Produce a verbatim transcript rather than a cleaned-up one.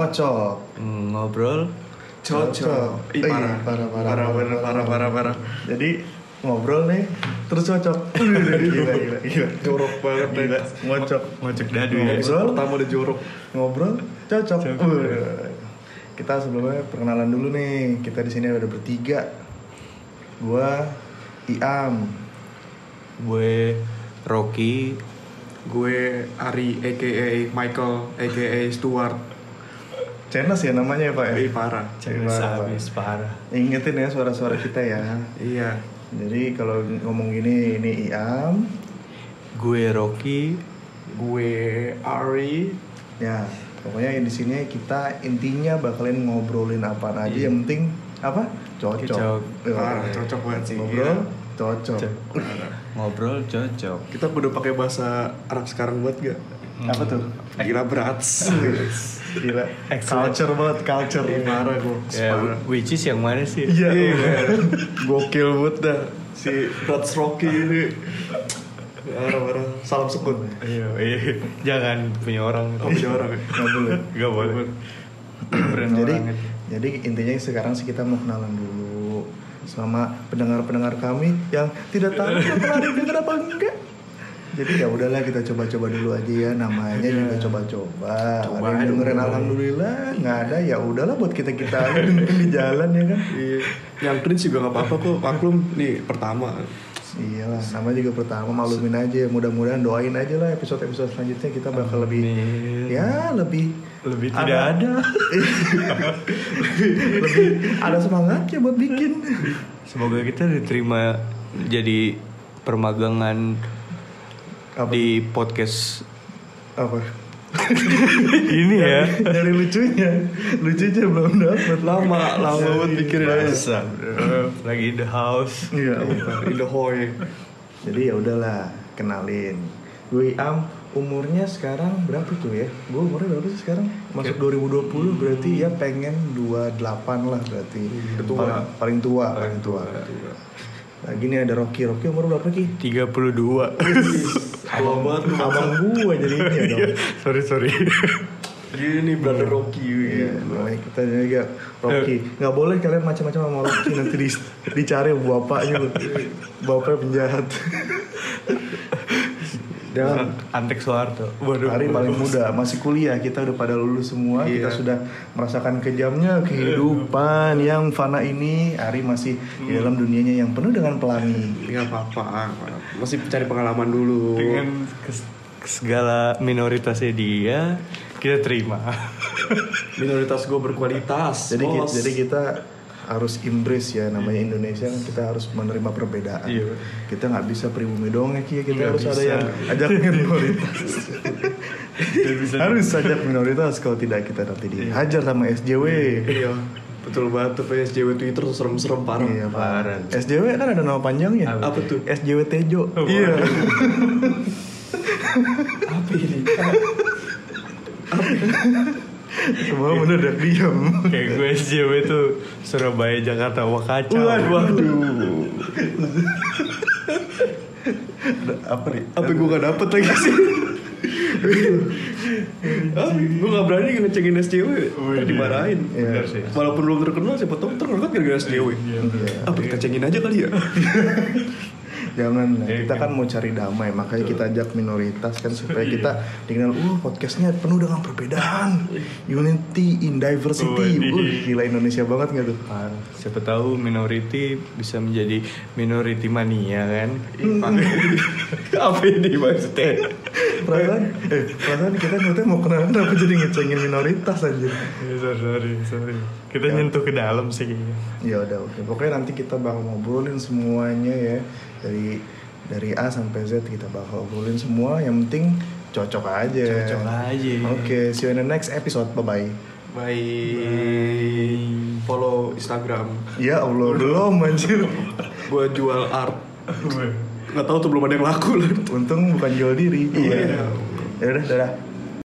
Ngocok. Ngobrol Cocok. Ih, parah. parah, parah, Parah, parah, parah, parah, parah. Jadi ngobrol nih, terus cocok. Gila, gila, gila. Jorok banget, Gila, men. ngocok. ngocok dadu ya. Ngobrol. Episode pertama udah jorok. Ngobrol, cocok. Cocok. Uh. Kita sebelumnya perkenalan dulu nih. Kita di sini ada bertiga. Gua Iam. Gue Rocky. Gue Ari aka Michael aka Stuart. Cenas ya namanya ya Pak ya? Ih, parah. Cewek Parah, habis parah. Ingetin ya suara-suara kita ya. Iya. Jadi kalau ngomong gini, ini Iam. Gue Rocky. Gue Ari. Ya, pokoknya di sini kita intinya bakalin ngobrolin apaan aja. Iya. Yang penting apa? Cocok. Cocok. Eh, Parah, cocok banget sih. Ngobrol, cocok. Cocok. Parah. Ngobrol cocok. Kita udah pakai bahasa Arab sekarang buat gak? Apa tuh? Gila berat. Gila. Excellent. Culture banget, culture. Ih, parah gue. Ya, which is yang mana sih? Iya. Gokil banget dah si Rats Rocky ini. Parah-parah. Salam sekut. Iya, iya. Jangan punya orang. Oh, punya orang ya? Nggak boleh. Gak boleh. Brand Jadi, orang itu. jadi intinya sekarang sih kita mau kenalan dulu sama pendengar-pendengar kami yang tidak tahu apa ada dengar apa enggak. Jadi ya udahlah kita coba-coba dulu aja ya, namanya juga coba-coba. Coba Ada yang dulu. dengerin alhamdulillah, nggak ada ya udahlah buat kita kita aja dengerin di jalan ya kan. Iya. Yang cringe juga gak apa-apa kok. Maklum nih pertama. Iyalah, nama juga pertama maklumin aja. Mudah-mudahan doain aja lah episode-episode selanjutnya kita bakal lebih Amin. ya lebih Lebih tidak ada. lebih ada semangatnya buat bikin. Semoga kita diterima jadi permagangan Apa? di podcast Apa? ini ya. Dari lucunya, lucunya belum dapet. Lama, lama banget pikirin aja. Biasa, bro. Lagi in the house. Iya. In the hoy. Jadi ya udahlah, kenalin. Gue Am, umurnya sekarang berapa tuh ya? Gue umurnya berapa sih sekarang? Masuk dua ribu dua puluh berarti ya pengen dua puluh delapan lah berarti. Tua. Paling, paling tua, paling tua. Nah gini ada Rocky, Rocky umur berapa Ki? tiga puluh dua. Abang banget lu. Abang gue jadinya dong. sorry, sorry. Gini brother Rocky. Iya, namanya kita juga Rocky. Nggak boleh kalian macam-macam sama Rocky nanti di, dicari bapaknya, bapaknya penjahat. Dan Antek Soeharto. Waduh. Ari paling muda, masih kuliah, kita udah pada lulus semua, Iya. kita sudah merasakan kejamnya kehidupan yang fana ini. Ari masih di dalam dunianya yang penuh dengan pelangi. Gak apa-apa. Masih cari pengalaman dulu. Dengan kes- segala minoritasnya dia, kita terima. Minoritas gue berkualitas. Jadi ki- bos. jadi kita harus embrace ya, namanya Indonesia kan, kita harus menerima perbedaan. Iya. Kita nggak bisa pribumi doang ya Ki, kita Nggak harus ada bisa. yang ajak minoritas. Nggak bisa. Harus ajak minoritas, kalau tidak kita nanti dihajar sama S J W. Iya. Betul banget tuh P S J W Twitter tuh serem-serem parah. Iya, Parah. Pak. S J W kan ada nama panjangnya. Apa tuh? S J W Tejo. Oh, Iya. Apa ini? Semua mendadak diam. Kayak gue S J W tuh Surabaya, Jakarta, wah kacau. Waduh. Apa nih? Apa gue gak dapet lagi sih? Ah, gue gak berani ngecengin S J W. Wih, Dimarahin. Iya. Bener sih. Walaupun belum terkenal, siapa tau terangkat gara-gara S J W. Iya. Apa kita cengin aja kali ya? Jangan, Iya, kita kan mau cari damai, makanya kita ajak minoritas kan supaya kita dikenal. Uh, podcastnya penuh dengan perbedaan, unity in diversity. Wih. Uh, gila Indonesia banget nggak tuh? Parah. Siapa tahu minority bisa menjadi minority mania kan? Apa ini maksudnya? Perasaan, eh, perasaan kita nyata mau kenalan apa jadi ngecengin minoritas aja. Ya, sorry, sorry, sorry. Kita nyentuh ke dalam sih. Ya udah oke. Pokoknya nanti kita bakal ngobrolin semuanya ya. Dari dari A sampai Z kita bakal ngobrolin semua. Yang penting cocok aja. Cocok aja. Oke, see you in the next episode. Bye bye. Bye. Follow Instagram. Ya Allah, belum anjir. Gue jual art. Gak tahu tuh belum ada yang laku lah. Untung bukan jual diri. Iya. Ya udah, dadah.